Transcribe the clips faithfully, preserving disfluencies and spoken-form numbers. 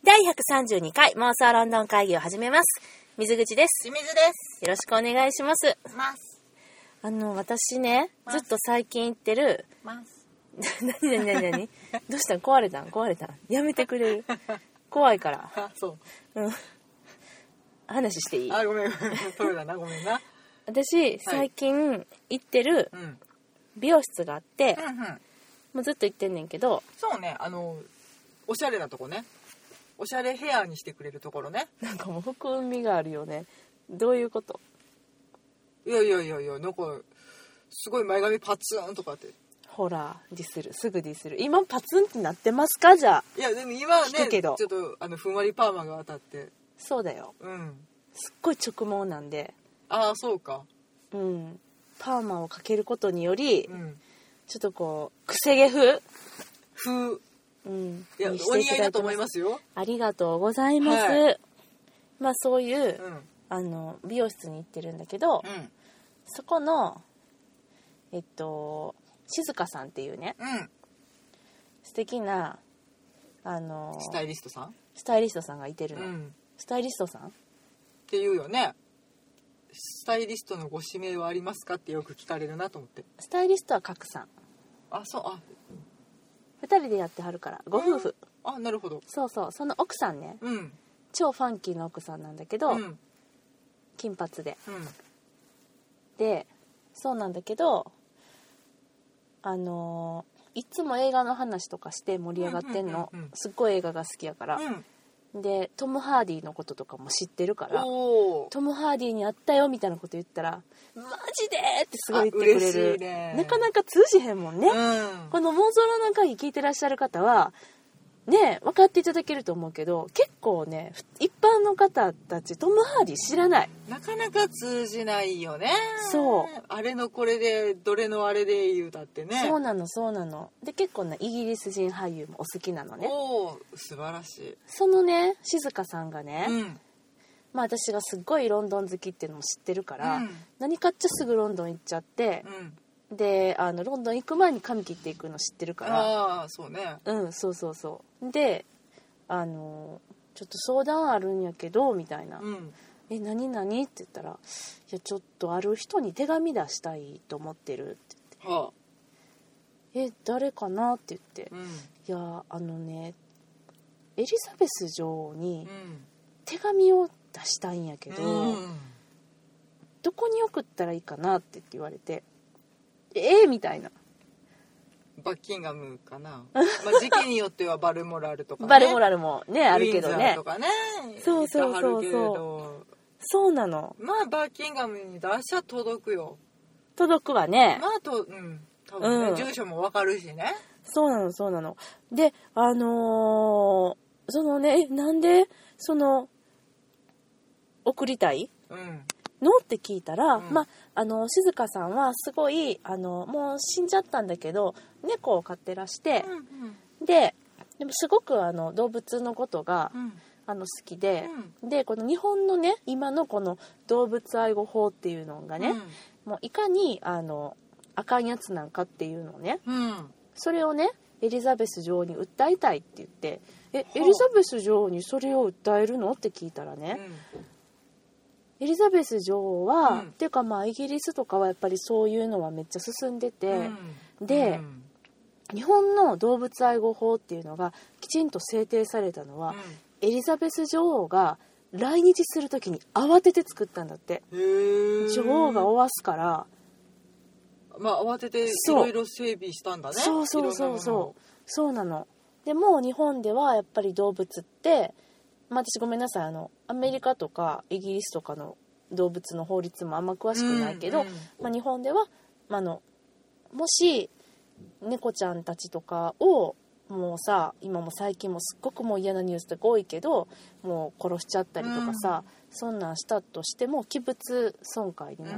だいひゃくさんじゅうにかい妄想ロンドン会議を始めます。水口です。 清水です。 よろしくお願いします。 ますあの私ね、ずっと最近言ってるます何何何何どうしたん？壊れたん？壊れたん？やめてくれる？怖いから。 あ、そう。 うん。話していい？ あ、ごめんごめん。そうだな、ごめんな。 私最近行ってる美容室があって、 うんうん、 もうずっと行ってんねんけど。 そうね、あのおしゃれなとこね。おしゃれヘアにしてくれるところね。 なんかもう含みがあるよね。どういうこと？ いやいやいやいや、なんかすごい前髪パツンとかって。 ほらディスる、すぐディスる。今パツンってなってますか？じゃあ。 いやでも今はね、 聞くけどちょっとあのふんわりパーマが当たって。 そうだよ。 うん。 すっごい直毛なんで。 ああ、そうか。 うん。パーマをかけることにより、 うん、 ちょっとこうくせ毛風風。 うん、 いやお似合いだと思いますよ。 ありがとうございます。 はい、 まあそういう、 うん、 あの美容室に行ってるんだけど、 うん、 そこのえっと静香さんっていうね、 うん、 素敵なあのスタイリストさんスタイリストさんがいてるの、 うん、 スタイリストさんっていうよね。スタイリストのご指名はありますかってよく聞かれるなと思って。 スタイリストは賀来さん。 あ、そう、あ、 ふたりでやってはるからご夫婦。 あ、なるほど。 そうそう、その奥さんね、 うん、 超ファンキーな奥さんなんだけど、 うん、 金髪で、 うん、 でそうなんだけど、あのー、いつも映画の話とかして盛り上がってんの、 うんうんうんうん、 すっごい映画が好きやから、 うん、 でトム・ハーディのこととかも知ってるから、 おトム・ハーディに会ったよみたいなこと言ったらマジでってすごい言ってくれる、 ね、 なかなか通じへんもんね、 うん、 この妄想の中に聞いてらっしゃる方はね分かっていただけると思うけど、結構ね一般の方たちトム・ハーディ知らない、 なかなか通じないよね。 そう、 あれのこれでどれのあれで言うだってね。 そうなのそうなの。で結構なイギリス人俳優もお好きなのね。 おー、素晴らしい。 そのね静香さんがね、 うん、 まあ私がすっごいロンドン好きっていうのも知ってるから、 うん、 何かっちゃすぐロンドン行っちゃって、 うん、 であのロンドン行く前に髪切っていくの知ってるから、 ああそうね、 うんそうそうそうで、あのちょっと相談あるんやけどみたいな、 うん、 え何何って言ったら、いやちょっとある人に手紙出したいと思ってるって言って、 はあ、 え誰かなって言って、 うん、 いやあのねエリザベス女王に手紙を出したいんやけど、 うん、 どこに送ったらいいかなって言われて、えー、みたいな。 バッキンガムかな、まあ、時期によってはバルモラルとかねバルモラルもねあるけどね、 ウィンザーとかね、 そうそうそうそう、そうなの。 まあバッキンガムに出しゃ届くよ。 届くわね。 まあと、うん多分ね、うん、住所もわかるしね。 そうなのそうなの。であのー、そのねなんでその送りたい、うんのって聞いたら、うん、まああの静香さんはすごいあのもう死んじゃったんだけど猫を飼ってらして、うんうん、ででもすごくあの動物のことが、うん、あの好きで、うん、でこの日本のね今のこの動物愛護法っていうのがね、うん、もういかにあのあかんやつなんかっていうのをね、うん、それをねエリザベス女王に訴えたいって言って、えエリザベス女王にそれを訴えるのって聞いたらね、うんエリザベス女王は、うん、っていうかまあイギリスとかはやっぱりそういうのはめっちゃ進んでて、うん、で、うん、日本の動物愛護法っていうのがきちんと制定されたのは、うん、エリザベス女王が来日する時に慌てて作ったんだって。女王がおわすからまあ慌てていろいろ整備したんだね。 そうそうそうそうそうなの。でも日本ではやっぱり動物ってまあ、私ごめんなさいあのアメリカとかイギリスとかの動物の法律もあんま詳しくないけど、うんうんまあ、日本では、まあ、のもし猫ちゃんたちとかをもうさ今も最近もすっごくもう嫌なニュースとか多いけどもう殺しちゃったりとかさ、うん、そんなんしたとしても器物損壊になって、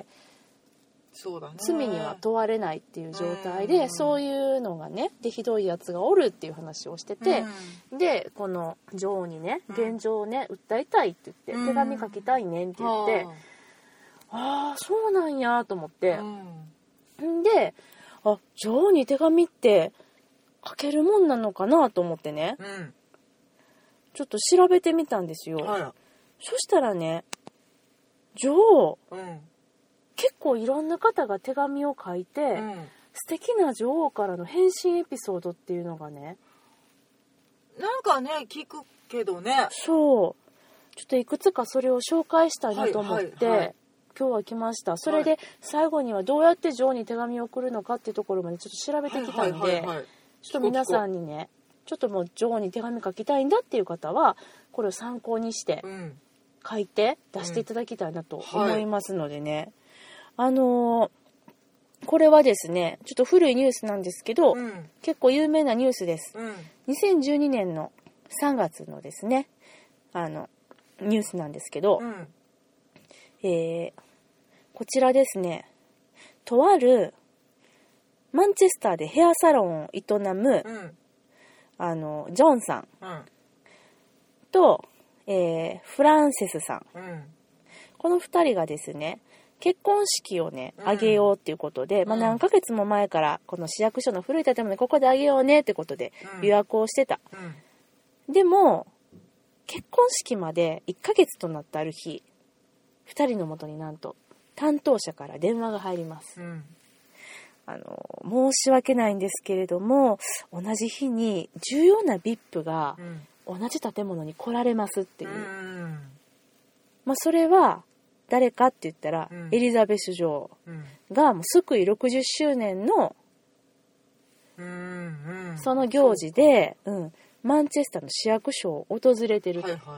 うん、そうだね、 罪には問われないっていう状態で、うん、そういうのがねでひどいやつがおるっていう話をしてて、うん、でこの女王にね現状をね訴えたいって言って、うん、手紙書きたいねんって言って、うん、ああそうなんやと思って、うん、であ女王に手紙って書けるもんなのかなと思ってね、 ちょっと調べてみたんですよ。 あら。 そしたらね、女王、 うん、 結構いろんな方が手紙を書いて、うん、素敵な女王からの返信エピソードっていうのがね、 なんかね聞くけどね。 そう、ちょっといくつかそれを紹介したいなと思って、はいはいはい、今日は来ました。それで最後にはどうやって女王に手紙を送るのかっていうところまでちょっと調べてきたんで、はいはいはいはい、ちょっと皆さんにね、ちょっともう女王に手紙書きたいんだっていう方はこれを参考にして書いて出していただきたいなと思いますのでね、うん、はい、あのー、これはですねちょっと古いニュースなんですけど、うん、結構有名なニュースです、うん、にせんじゅうにねんのさんがつのですねあのニュースなんですけど、うん、えー、こちらですね、とあるマンチェスターでヘアサロンを営む、うん、あのジョンさん、うん、と、えー、フランセスさん、うん、このふたりがですね結婚式をね挙げようっていうことで、うん、まあ、何ヶ月も前からこの市役所の古い建物でここで挙げようねってことで予約をしてた、うんうん、でも結婚式までいっかげつとなったある日、ふたりのもとになんと担当者から電話が入ります、うん、あの申し訳ないんですけれども同じ日に重要な ブイアイピー が同じ建物に来られますっていう、うん、まあ、それは誰かって言ったら、うん、エリザベス女王がもう即位ろくじゅっしゅうねんの、うんうん、その行事で、うん、マンチェスターの市役所を訪れてると、はいはい、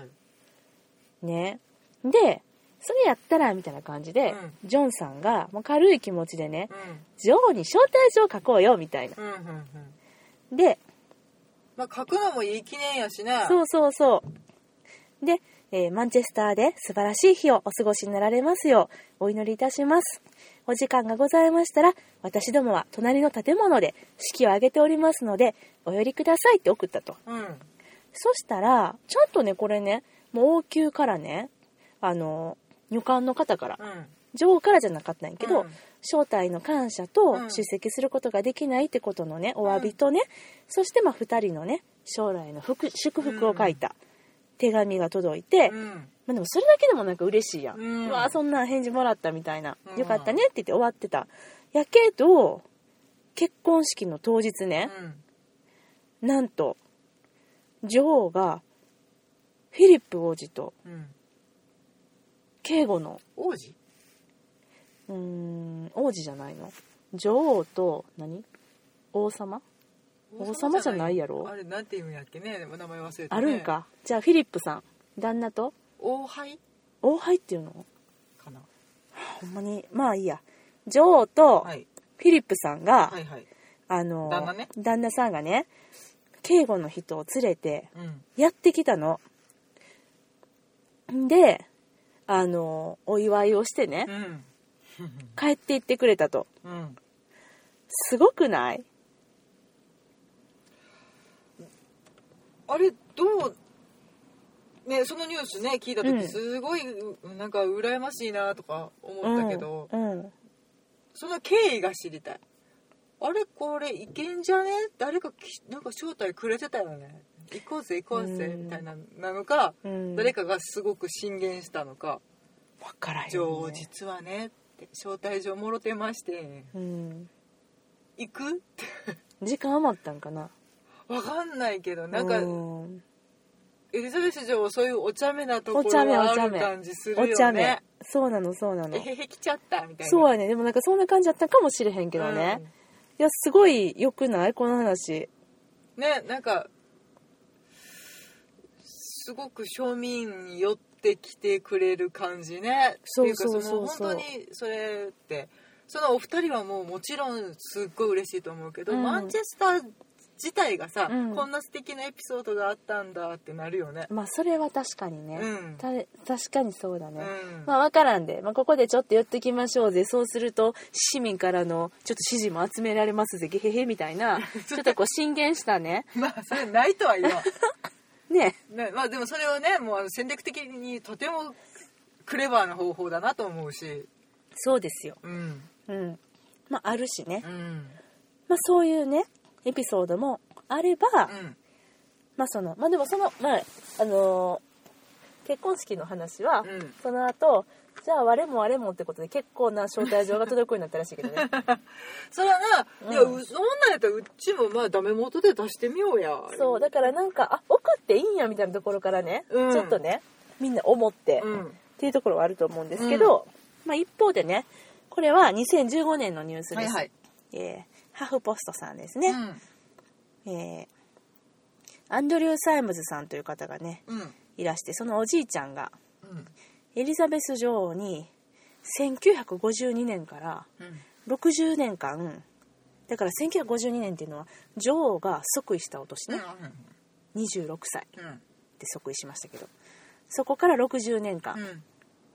ね、でそれやったらみたいな感じで、うん、ジョンさんがもう軽い気持ちでね、うん、女王に招待状書こうよみたいな、うんうんうん、で、 まあ、書くのもいい記念やしね。 そうそうそうで、えー、マンチェスターで素晴らしい日をお過ごしになられますようお祈りいたします。お時間がございましたら私どもは隣の建物で式を挙げておりますのでお寄りくださいって送ったと、うん、そしたらちゃんとねこれねもう王宮からねあの女官の方から、うん、女王からじゃなかったんやけど、うん、招待の感謝と出席することができないってことのねお詫びとね、うん、そしてまあふたりのね将来の祝福を書いた手紙が届いて、うん、まあ、でもそれだけでもなんか嬉しいやん、うん、うわそんな返事もらったみたいな、うん、よかったねって言って終わってたやけど結婚式の当日ね、うん、なんと女王がフィリップ王子と、うん、警護の王子うーん王子じゃないの女王と何王様王様じゃないやろあれなんて言うんやっけね名前忘れて、ね、 あるんかじゃあフィリップさん旦那と王妃王妃っていうのかなほんまにまあいいや女王とフィリップさんが、はいはいはい、あの旦那ね旦那さんがね警護の人を連れてやってきたの、うん、であのお祝いをしてね、うん、帰って行ってくれたと、うん、すごくない？ あれどうねそのニュースね聞いた時すごい、うん、なんか羨ましいなとか思ったけど、うんうん、その経緯が知りたい。あれこれいけんじゃね誰かなんか招待くれてたよね行こうぜ行こうぜ、うん、みたいななのか、うん、誰かがすごく進言したのか分からへんね。 女王実はねって招待状もろてまして、うん、行く時間余ったんかなわかんないけどなんか、うん、エリザベス女王そういうお茶目なところがある感じするよね。お茶目そうなのそうなのえへへ来ちゃったみたいな。 そうやね。でもなんかそんな感じだったかもしれへんけどね、うん、いやすごい良くないこの話ね。なんかすごく庶民に寄ってきてくれる感じね。 そうそうそうそう。 本当にそれってそのお二人はもうもちろんすっごい嬉しいと思うけど、うん、マンチェスター自体がさ、うん、こんな素敵なエピソードがあったんだってなるよね。 まあそれは確かにね、うん、た確かにそうだね、うん、まあ分からんで、まあ、ここでちょっと寄ってきましょうぜ。そうすると市民からのちょっと支持も集められますぜゲヘヘみたいなちょっとこう進言したねまあそれないとは言わんねね。まあでもそれはねもうあの戦略的にとてもクレバーな方法だなと思うし。 そうですよ、うんうん、まああるしね、うん、まあそういうねエピソードもあれば、うん、まあそのまあでもそのまああのー、結婚式の話は、 うん、 その後じゃあ我も我もってことで結構な招待状が届くようになったらしいけどねそれはな、うん、いやそんなんやったらうちもまあダメ元で出してみようや。 そうだからなんかあ送っていいんやみたいなところからね、うん、ちょっとねみんな思って、うん、っていうところはあると思うんですけど、うん、まあ一方でねこれはにせんじゅうごねんのニュースです、はいはい、えー、ハフポストさんですね、うん、えー、アンドリュー・サイムズさんという方がね、うん、いらして、そのおじいちゃんが、うんエリザベス女王にせんきゅうひゃくごじゅうにねんからろくじゅうねんかん、だからせんきゅうひゃくごじゅうにねんっていうのは女王が即位したお年ね、にじゅうろくさいで即位しましたけど、そこからろくじゅうねんかん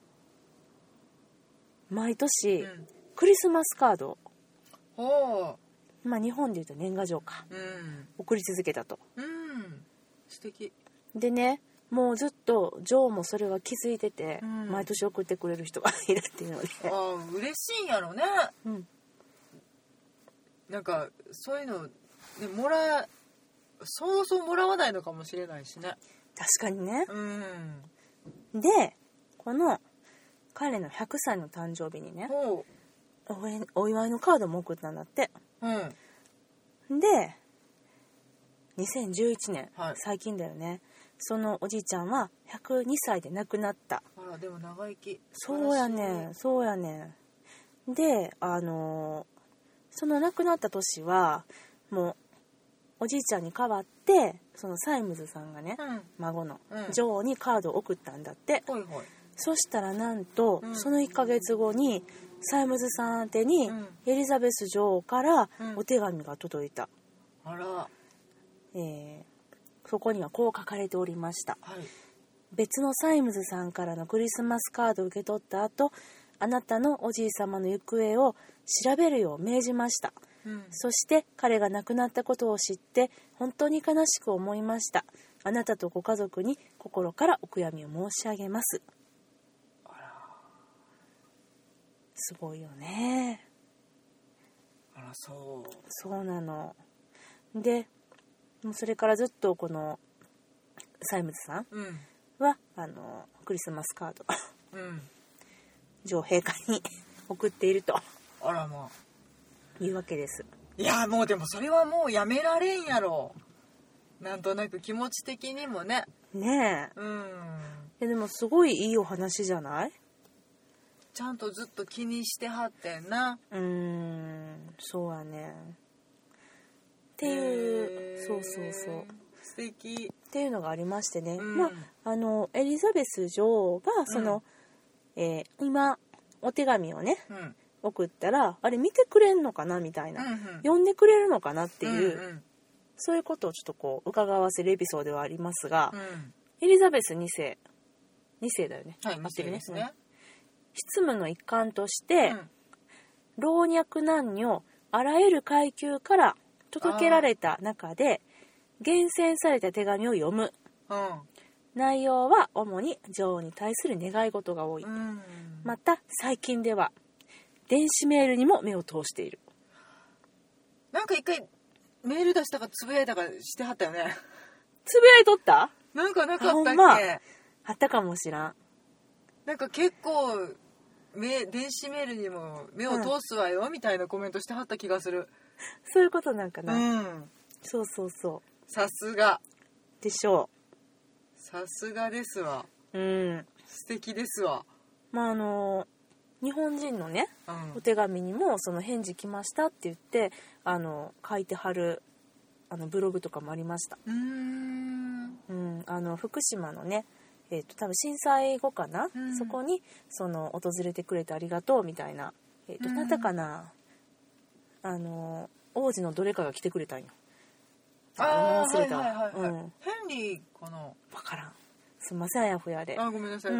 毎年クリスマスカードを、まあ日本でいうと年賀状か送り続けたと。 素敵でね、もうずっと女王もそれは気づいてて、うん、毎年送ってくれる人がいるっていうので、 ああ嬉しいんやろね、うん、なんかそういうの、ね、もらそうそうもらわないのかもしれないしね。 確かにね、うん、でこの彼のひゃくさいの誕生日にね お, お祝いのカードも送ったんだって、うん、でにせんじゅういちねん、はい、最近だよね、そのおじいちゃんはひゃくにさいで亡くなった。 あらでも長生き。 そうやねんそうやねん。であのー、その亡くなった年はもうおじいちゃんに代わってそのサイムズさんがね、うん、孫の女王にカードを送ったんだって、うん、そしたらなんと、うん、そのいっかげつごにサイムズさん宛てにエリザベス女王からお手紙が届いた、 うん、あら、 えーそこにはこう書かれておりました、はい、別のサイムズさんからのクリスマスカードを受け取った後、あなたのおじい様の行方を調べるよう命じました、うん、そして彼が亡くなったことを知って本当に悲しく思いました。あなたとご家族に心からお悔やみを申し上げます。あらすごいよね。 あらそうそうなので、もうそれからずっとこのサイムズさんは、うん、あのクリスマスカード、うん、女王陛下に送っているとあらまあいうわけです。 いやもうでもそれはもうやめられんやろ、なんとなく気持ち的にもね。 ねえ、うん、えでもすごいいいお話じゃない。 ちゃんとずっと気にしてはってんな。 うーんそうやねっていう、そうそうそう素敵っていうのがありましてね、うん、まああのエリザベス女王がその、うんえー、今お手紙をね、うん、送ったらあれ見てくれんのかなみたいな、うんうん、読んでくれるのかなっていう、うんうん、そういうことをちょっとこう伺わせるエピソードではありますが、うん、エリザベスにせいにせいだよね、 はい、にせいですね、 執務の一環として、うん、老若男女あらゆる階級から届けられた中で厳選された手紙を読む、うん、内容は主に女王に対する願い事が多い、うん、また最近では電子メールにも目を通している。 なんか一回メール出したかつぶやいたかしてはったよね。 つぶやいとった？ なんかなかったっけ？ あ,、 まあ、あったかもしらん。 なんか結構め電子メールにも目を通すわよ、うん、みたいなコメントしてはった気がする。 そういうことなんかな、 うん、 そうそうそう、 さすがでしょう。さすがですわ、 うん、 素敵ですわ。 まああの日本人のね、うん、お手紙にもその返事来ましたって言ってあの書いてはるあのブログとかもありました。うーん、うん、あの福島のねえー、と多分震災後かな、うん、そこにその訪れてくれてありがとうみたいな、えー、どなたかな、あの王子のどれかが来てくれたんよ。 ああ忘れた、はいはいはいはい、うん、ヘンリーかな、 分からん、すいませんあやふやで。 あごめんなさい、うん、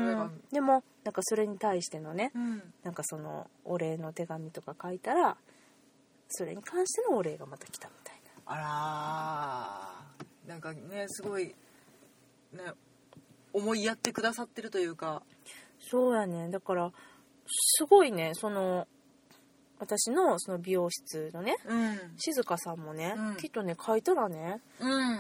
でもなんかそれに対してのね、うん、なんかそのお礼の手紙とか書いたらそれに関してのお礼がまた来たみたいな。 あらなんかねすごいね思いやってくださってるというか。 そうやね、だからすごいね、その私のその美容室のね、うん、静香さんもね、うん、きっとね書いたらね、うん、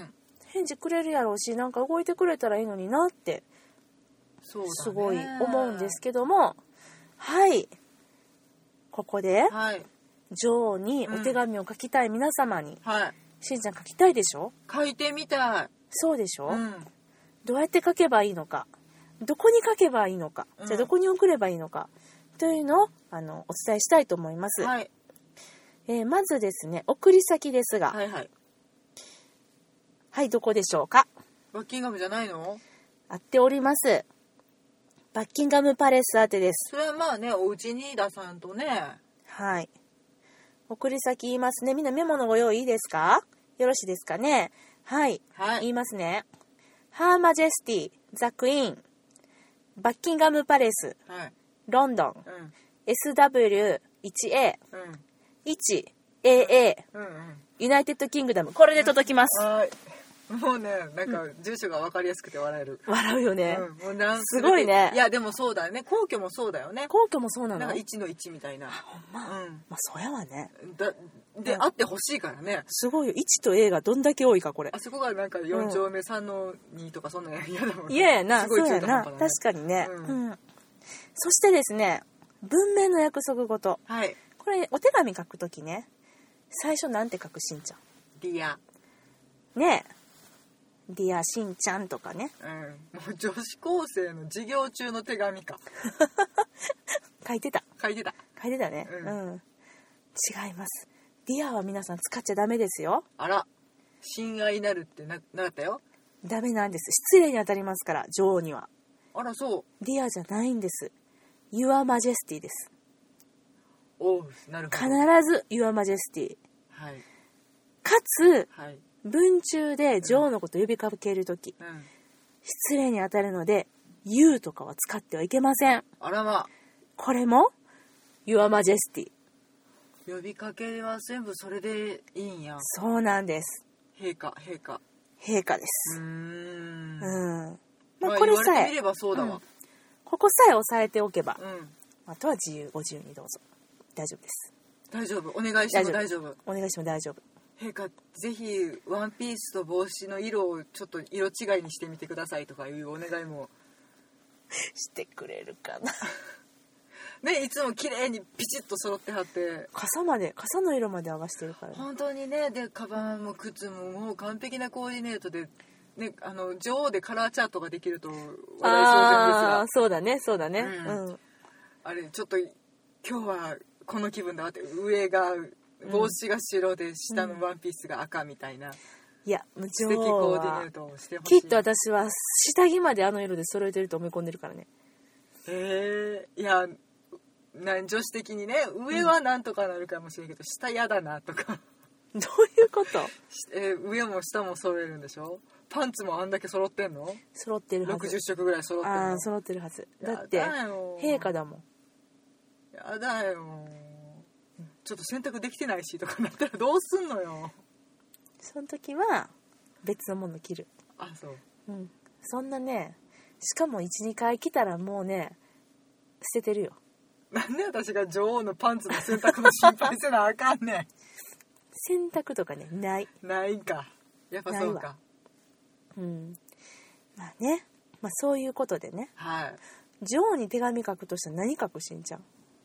返事くれるやろうし、なんか動いてくれたらいいのになってそうだね、 すごい思うんですけども、はいここで、はい、女王にお手紙を書きたい皆様に、うんはい、しんちゃん書きたいでしょ？ 書いてみたい。 そうでしょ、うん、どうやって書けばいいのか、どこに書けばいいのか、じゃあどこに送ればいいのか、うん、というのをあのお伝えしたいと思います、はいえー、まずですね送り先ですが、はいはい、はい、どこでしょうか？ バッキンガムじゃないの？ 合っております。バッキンガムパレス宛てです。 それはまあね、お家に出さんとね。 はい。送り先言いますね。みんなメモのご用意いいですか？よろしいですかね？はい。はい、言いますね。ハーマジェスティ、ザ・クイーン、バッキンガムパレス、はい、ロンドン、うん、エスダブリューワンエー、うん、ワンエーエー、うんうん、ユナイテッドキングダム。これで届きます。 はい。もうね、なんか住所が分かりやすくて笑える。 笑うよね。 うん、もうなんすごいね。 いやでもそうだよね。皇居もそうだよね。 皇居もそうなの。 なんかいちのいちみたいな。 ほんま。うん、まあそうやわね。 だで、あってほしいからね。 すごいよ。いちと A がどんだけ多いかこれ。 あそこがなんかよん丁目さんのにとかそんな嫌だもんね。 嫌やな。すごい中途半端なね。確かにね、うんうん。そしてですね、文明の約束事。はい。これお手紙書くときね、最初なんて書くしんちゃん。 ディア。 ねえ。ディアしんちゃんとかね、 うん、もう女子高生の授業中の手紙か書いてた書いてた書いてたね、うん、うん、違います。ディアは皆さん使っちゃダメですよ。 あら、親愛なるって な, なかったよ。 ダメなんです。失礼に当たりますから、女王には。 あら、そう。 ディアじゃないんです。 Your Majesty です。 おう、なるほど。 必ず Your Majesty、はい、かつ、はい、文中で女王のことを呼びかけるとき、うん、失礼に当たるので You とかは使ってはいけません。 あらま。 これも Your Majesty。 呼びかけは全部それでいいんや。 そうなんです。 陛下陛下陛下です。うーん、 うん、まあこれさえ、言われてみればそうだわ、うん、 ここさえ押さえておけば、うん、あとは自由ご自由にどうぞ。大丈夫です。 大丈夫、お願いしても大丈夫。 お願いしても大丈夫。 陛下、ぜひワンピースと帽子の色をちょっと色違いにしてみてくださいとかいうお願いもしてくれるかなね、いつも綺麗にピチッと揃ってはって、 傘まで、傘の色まで合わせてるから、ね、 本当にね。でカバンも靴ももう完璧なコーディネートで、ね、あの女王でカラーチャートができると話題騒然ですが。 あ、そうだねそうだね、うんうん、 あれちょっと今日はこの気分だわって、上が帽子が白で下のワンピースが赤みたいな、うん、 いや素敵コーディネートをしてほしい。 きっと私は下着まであの色で揃えてると思い込んでるからね。 へえ。いや女子的にね、上はなんとかなるかもしれんけど、うん、下やだなとかどういうこと？ えー、上も下も揃えるんでしょ？パンツもあんだけ揃ってんの？ 揃ってるはず。 ろくじゅっ色ぐらい揃ってるの？ あ、揃ってるはず。だって陛下だもん。 やだよ、ちょっと洗濯できてないしとかなったらどうすんのよ。 その時は別のもの着る。 あ、そう、 うん、そんなね、しかも いち,に 回着たらもうね捨ててるよ。 なんで私が女王のパンツの洗濯の心配せなあかんねん洗濯とかね、ないないんか。やっぱそうか。 うん、まあね、まあそういうことでね、はい、女王に手紙書くとしたら何書く？しんちゃん。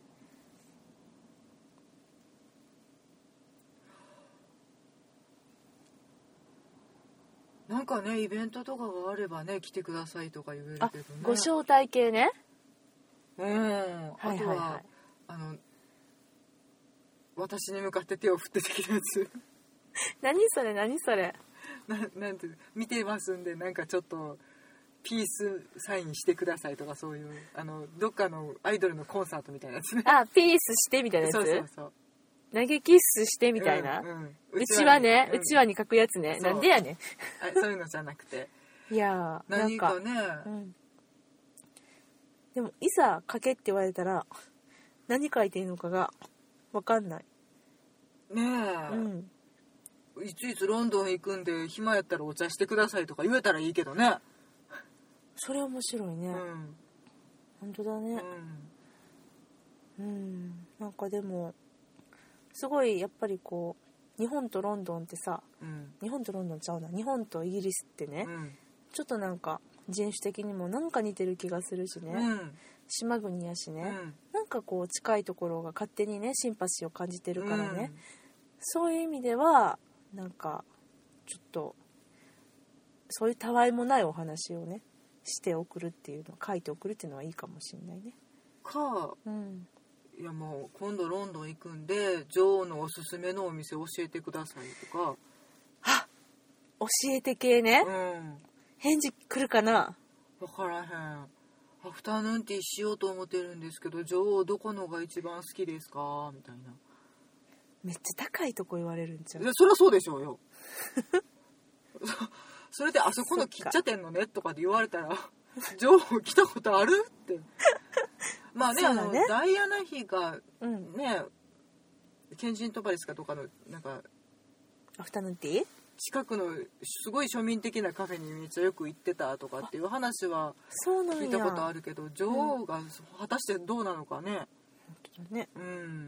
なんかね、イベントとかがあればね、来てくださいとか言えるけどね。 ご招待系ね。 うん。あとは、はいはいはい、あの私に向かって手を振って的なやつ何それ何それ。 ななんて見てますんで、なんかちょっとピースサインしてくださいとか、そういうあのどっかのアイドルのコンサートみたいなやつね。 あ、ピースしてみたいなやつ。そうそうそう。投げキッスしてみたいな、うんうん、うちわね、うちわに書くやつね。なんでやねんあ、 そういうのじゃなくていやー、 何かね、うん、 でもいざ書けって言われたら何書いていいのかが分かんないねえ、うん、いついつロンドン行くんで暇やったらお茶してくださいとか言えたらいいけどね。 それ面白いね、うん、本当だね、うん、うん、なんかでもすごいやっぱりこう日本とロンドンってさ、 うん、 日本とロンドンちゃうな、日本とイギリスってね、うん、ちょっとなんか人種的にもなんか似てる気がするしね、うん、島国やしね、うん、なんかこう近いところが勝手にねシンパシーを感じてるからね、うん、そういう意味ではなんかちょっとそういうたわいもないお話をねして送るっていうの書いて送るっていうのはいいかもしれないね。 か、うん、いやもう今度ロンドン行くんで女王のおすすめのお店教えてくださいとか。 あ、教えて系ね、うん、返事来るかな。 分からへん。アフタヌーンティーしようと思ってるんですけど女王どこのが一番好きですかみたいな。 めっちゃ高いとこ言われるんちゃう。 いやそりゃそうでしょうよそれであそこの喫茶店のねとかで言われたら女王来たことあるってまあ ね, ねあのダイアナ妃がね、うん、ケンジントンパレスかどうかのなんかアフタヌーンティー近くのすごい庶民的なカフェにめっちゃよく行ってたとかっていう話は聞いたことあるけど女王が果たしてどうなのかね、うん、本当だね、うん、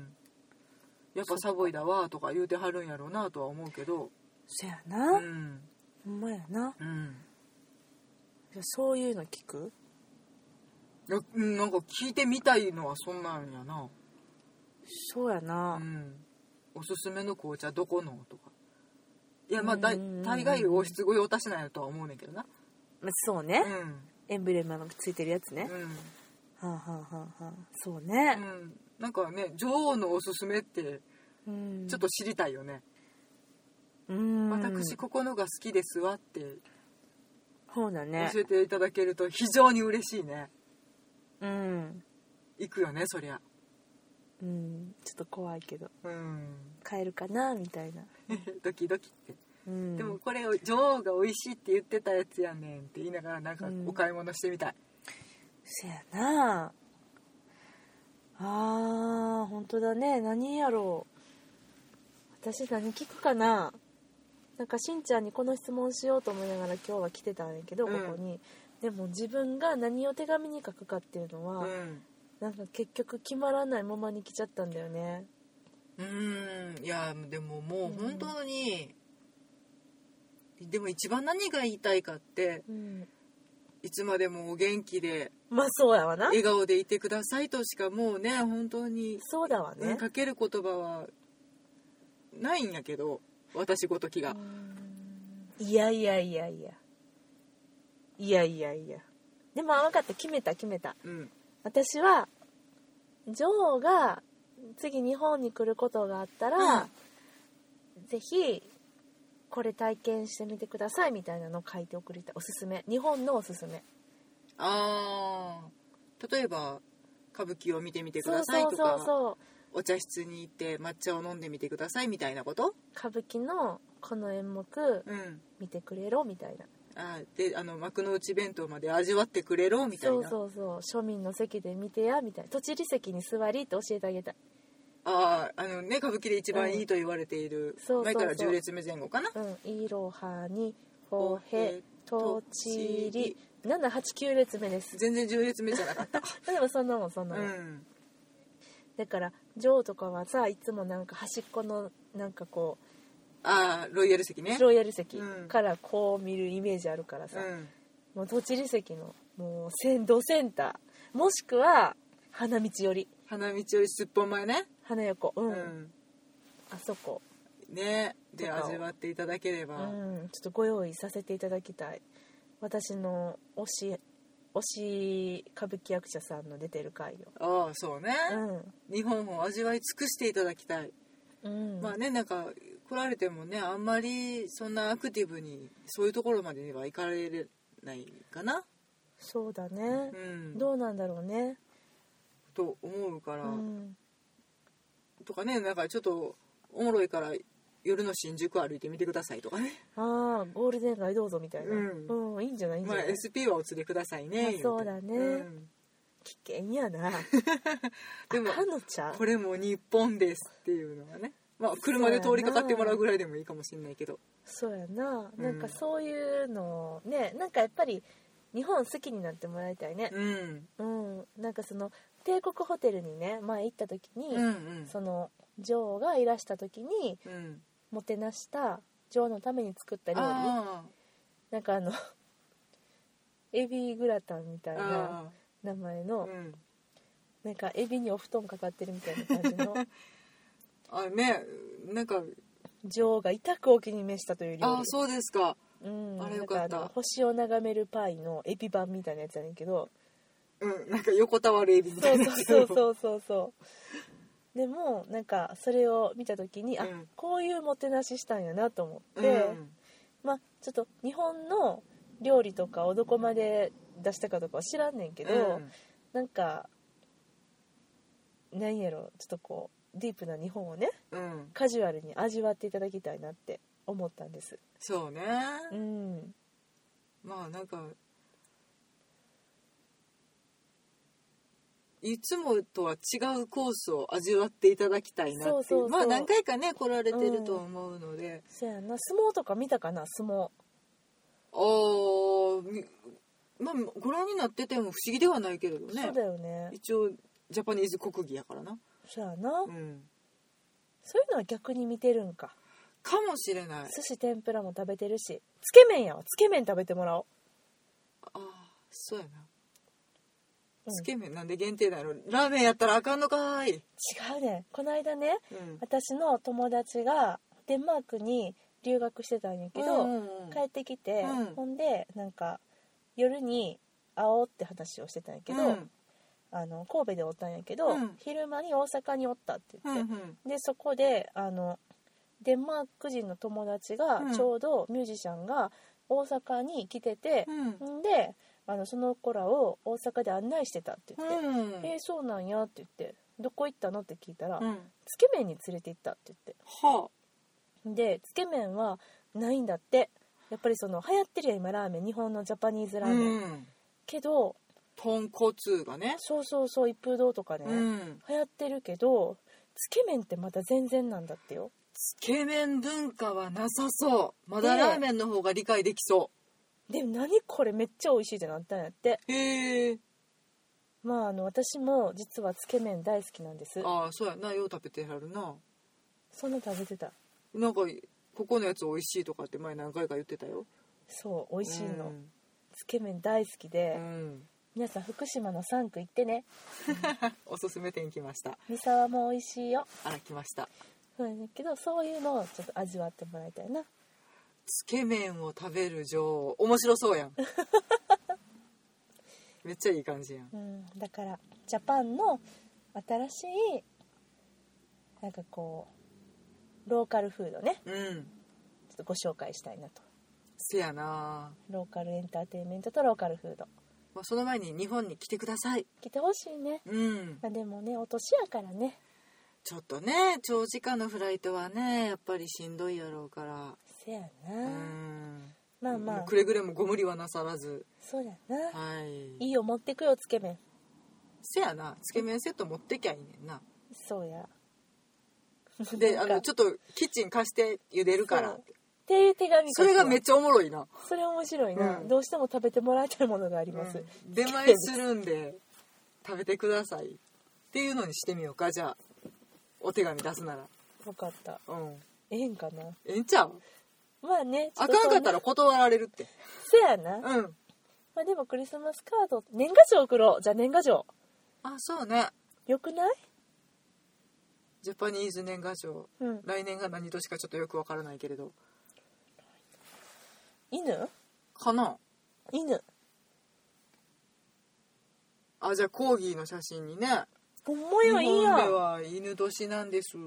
やっぱサボイだわとか言うてはるんやろうなとは思うけど。 そやな、うん、ほんまやな、うん、そういうの聞く。 いやなんか聞いてみたいのはそんなんやな。 そうやな、うん、 おすすめの紅茶どこのとか。いやまあ大概王室御用達なんやとは思うねんけどな、 まあ、そうね、うん、エンブレムがついてるやつね、うん、はあ、はあはあはあ、そうね、うん、 なんかね女王のおすすめってちょっと知りたいよね、うん、私ここのが好きですわってそうだね教えていただけると非常に嬉しいね。 うん、 行くよねそりゃ。 うん、ちょっと怖いけど、うん、買えるかなみたいなドキドキって、うん、でもこれ女王が美味しいって言ってたやつやねんって言いながらなんかお買い物してみたい、うん、 そやなあ。本当だね。何やろう、私何聞くかな。なんかしんちゃんにこの質問しようと思いながら今日は来てたんやけど、うん、ここにでも自分が何を手紙に書くかっていうのは、うん、なんか結局決まらないままに来ちゃったんだよね。 うーん、いやでももう本当に、うん、でも一番何が言いたいかって、うん、いつまでもお元気で、 まあそうやわな、 笑顔でいてくださいとしかもうね本当にそうだわね、 かける言葉はないんやけど私ごときが。 いやいやいやいやいやいやいやでも分かった、決めた決めた、うん、私は女王が次日本に来ることがあったら、うん、ぜひこれ体験してみてくださいみたいなのを書いて送りたい。おすすめ、日本のおすすめ。 あー、例えば歌舞伎を見てみてくださいとか、そうそうそうそう、お茶室に行って抹茶を飲んでみてくださいみたいなこと。 歌舞伎のこの演目、うん、見てくれろみたいな。 あであの幕の内弁当まで味わってくれろみたいな。 そうそうそう、庶民の席で見てやみたいな。土地利席に座りって教えてあげたい。 ああ、あのね歌舞伎で一番いいと言われている、うん、そうそうそう、前からじゅう列目前後かな。 うん、いろはにほへとちりななはちきゅう列目です。 全然じゅう列目じゃなかったでもそんなもんそんなもん、うん、だから女王とかはさいつもなんか端っこのなんかこうあロイヤル席ね、 ロイヤル席からこう見るイメージあるからさ、うん、もう土地利席のもう先導センターもしくは花道寄り、 花道寄りすっぽん前ね、 花横、うん、うん、あそこねで味わっていただければ、 うん、ちょっとご用意させていただきたい。私の推し推し歌舞伎役者さんの出てる回よ。 ああそうね、うん、日本を味わい尽くしていただきたい、うん、まあねなんか来られてもねあんまりそんなアクティブにそういうところまでは行かれないかな。 そうだね、うん、どうなんだろうねと思うから、うん、とかねなんかちょっとおもろいから夜の新宿歩いてみてくださいとかね。 ああゴールデン街どうぞみたいな、うん、うん、いいんじゃないいいんじゃない、 まあ、エスピー はお連れくださいね、 まあ、そうだね、うん、危険やなでもこれも日本ですっていうのがね、まあ、車で通りかかってもらうぐらいでもいいかもしれないけど、 そうやな、なんかそういうのね、なんかやっぱり日本好きになってもらいたいね、うんうん、なんかその帝国ホテルにね前行った時に、うんうん、その女王がいらした時に、うん、 もてなした女王のために作った料理、なんかあのエビグラタンみたいな名前の、うん、なんかエビにお布団かかってるみたいな感じのあね、なんか女王が痛くお気に召したという料理。 あ、そうですか。 うん、あれよかった。なんか星を眺めるパイのエビ版みたいなやつやねんけど、 うん、なんか横たわるエビみたいなやつ。 そうそうそうそうでもなんかそれを見た時に、うん、あ、こういうもてなししたんやなと思って、うん、まあちょっと日本の料理とかをどこまで出したかとかは知らんねんけど、うん、なんかなんやろ、ちょっとこうディープな日本をね、うん、カジュアルに味わっていただきたいなって思ったんです。 そうね、 うん、 まあなんかいつもとは違うコースを味わっていただきたいなっていう。そうそうそう、まあ何回かね来られてると思うので、うん、 そうやな。相撲とか見たかな、相撲。 あー、まあご覧になってても不思議ではないけれどね。 そうだよね。 一応ジャパニーズ国技やからな。 そうやな、うん、そういうのは逆に見てるんかかもしれない。 寿司天ぷらも食べてるし、つけ麺やわ、つけ麺食べてもらおう。 ああ、そうやな、うん、つけ麺なんで限定なの。ラーメンやったらあかんのかーい。違うね。この間ね、うん、私の友達がデンマークに留学してたんやけど、うんうんうん、帰ってきて、うん、ほんでなんか夜に会おうって話をしてたんやけど、うん、あの神戸でおったんやけど、うん、昼間に大阪におったって言って、うんうん、でそこであのデンマーク人の友達がちょうどミュージシャンが大阪に来てて、うん、であのその子らを大阪で案内してたって言って、うん、えー、そうなんやって言って、どこ行ったのって聞いたら、うん、つけ麺に連れて行ったって言って、はあ、でつけ麺はないんだって。やっぱりその流行ってるやん今ラーメン、日本のジャパニーズラーメン、うん、けど豚骨がね、 そうそうそう、一風堂とかね、うん、流行ってるけどつけ麺ってまた全然なんだってよ。 つけ麺文化はなさそう。まだラーメンの方が理解できそう。 でも何これめっちゃ美味しいってなったんやって。 へえ。 まああの私も実はつけ麺大好きなんです。 ああ、そうやな、よう食べてはるな。 そんな食べてた。 なんかここのやつ美味しいとかって前何回か言ってたよ。 そう、美味しいの、うん、つけ麺大好きで、うん、皆さん福島のさん区行ってねおすすめ店来ました。 三沢も美味しいよ。 あら来ました。 そうだけどそういうのをちょっと味わってもらいたいな。 つけ麺を食べる女王、面白そうやんめっちゃいい感じやん、 うん、だからジャパンの新しいなんかこうローカルフードね、うん、ちょっとご紹介したいなと。 せやな、 ローカルエンターテインメントとローカルフード、 まあ、その前に日本に来てください。 来てほしいね、うん、まあ、でもねお年やからね、 ちょっとね長時間のフライトはねやっぱりしんどいやろうから。 せやな、うん、まあまあくれぐれもご無理はなさらず。 そうやな、 はい、 いいよ持ってくよつけ麺。 せやな、つけ麺セット持ってきゃいいねんな。 そうやであのちょっとキッチン貸して茹でるからってっていう手紙。 それがめっちゃおもろいな。 それ面白いな、うん、どうしても食べてもらいたいものがあります、うん、 出前するんで食べてくださいっていうのにしてみようか。じゃあお手紙出すなら。 分かった、うん、ええんかな。 ええんちゃう。 まあね、 あかんかったら断られるって。 せやな、うん、まあでもクリスマスカード年賀状送ろう。じゃあ年賀状。 あ、そうね、 よくない？ ジャパニーズ年賀状、うん、来年が何年かちょっとよくわからないけれど。 犬かな。 犬。 あ、じゃあコーギーの写真にね、 ほんまや、いいやん。 日本では犬年なんですって。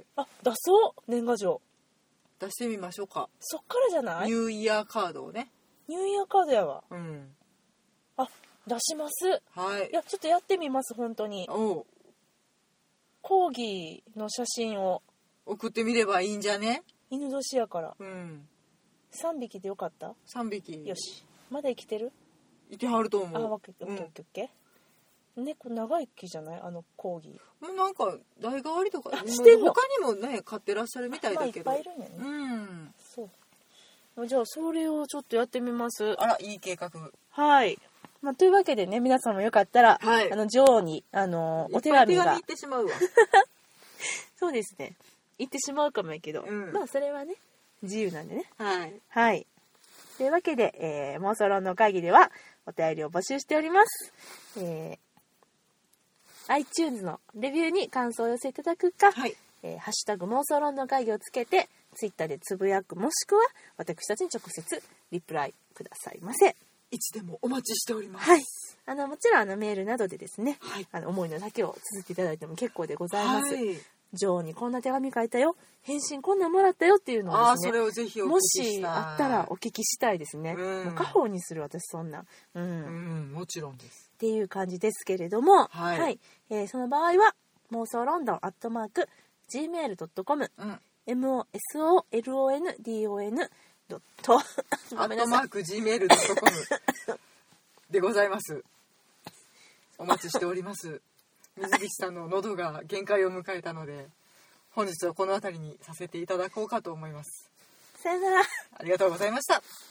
あ、出そう年賀状出してみましょうか。 そっからじゃない？ ニューイヤーカードをね。 ニューイヤーカードやわ。 うん。 あ、出します。 はい。 いやちょっとやってみます本当に。 おう。 コーギーの写真を送ってみればいいんじゃね？ 犬年やから。 うん。 さんびきでよかった？ さんびき。 よし。まだ生きてる？ 生きはると思う。 あ、オッケーオッケーオッケー。猫長生きじゃない？あのコーギー。 もうなんか代替わりとかしてんの？ 他にもね飼ってらっしゃるみたいだけど。 まあ、いっぱいいるんやね。 うん。 そう。じゃあそれをちょっとやってみます。 あらいい計画。 はい。まあ、というわけでね皆さんもよかったら、はい、あの女王にあのお手紙が。 手紙行ってしまうわ。 そうですね。 言ってしまうかもやけど、うん、まあそれはね自由なんでね。 はい、 はい、というわけで、えー、妄想論の会議ではお便りを募集しております。えー、iTunes のレビューに感想を寄せいただくか、 はい、 えー、ハッシュタグ妄想論の会議をつけてツイッターでつぶやく、もしくは私たちに直接リプライくださいませ。 いつでもお待ちしております。 はい、あのもちろんあのメールなどでですね、 はい、 あの思いの丈を綴っていただいても結構でございます。 はい、 ジョーにこんな手紙書いたよ、返信こんなんもらったよっていうのをですね、 あ、それをぜひお聞きしたい。 もしあったらお聞きしたいですね。うん、もう家宝にする私そんな、うん、 うん、もちろんです。 っていう感じですけれども、 はい、 はい、えー、その場合は妄想ロンドンアットマーク ジーメールドットコム、うん、エムオーエスオーエルオーエヌディーオーエヌ ドットアットマーク ジーメールドットコム でございます。お待ちしております。水口さんの喉が限界を迎えたので本日はこの辺りにさせていただこうかと思います。 さよなら。 ありがとうございました。